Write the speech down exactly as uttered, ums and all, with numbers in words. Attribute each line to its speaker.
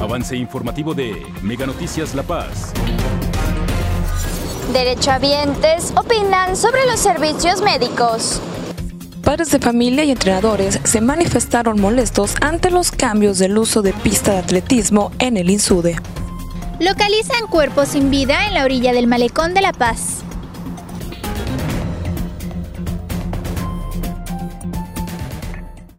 Speaker 1: Avance informativo de Mega Noticias La Paz.
Speaker 2: Derechohabientes opinan sobre los servicios médicos.
Speaker 3: Padres de familia y entrenadores se manifestaron molestos ante los cambios del uso de pista de atletismo en el INSUDE.
Speaker 2: Localizan cuerpos sin vida en la orilla del Malecón de La Paz.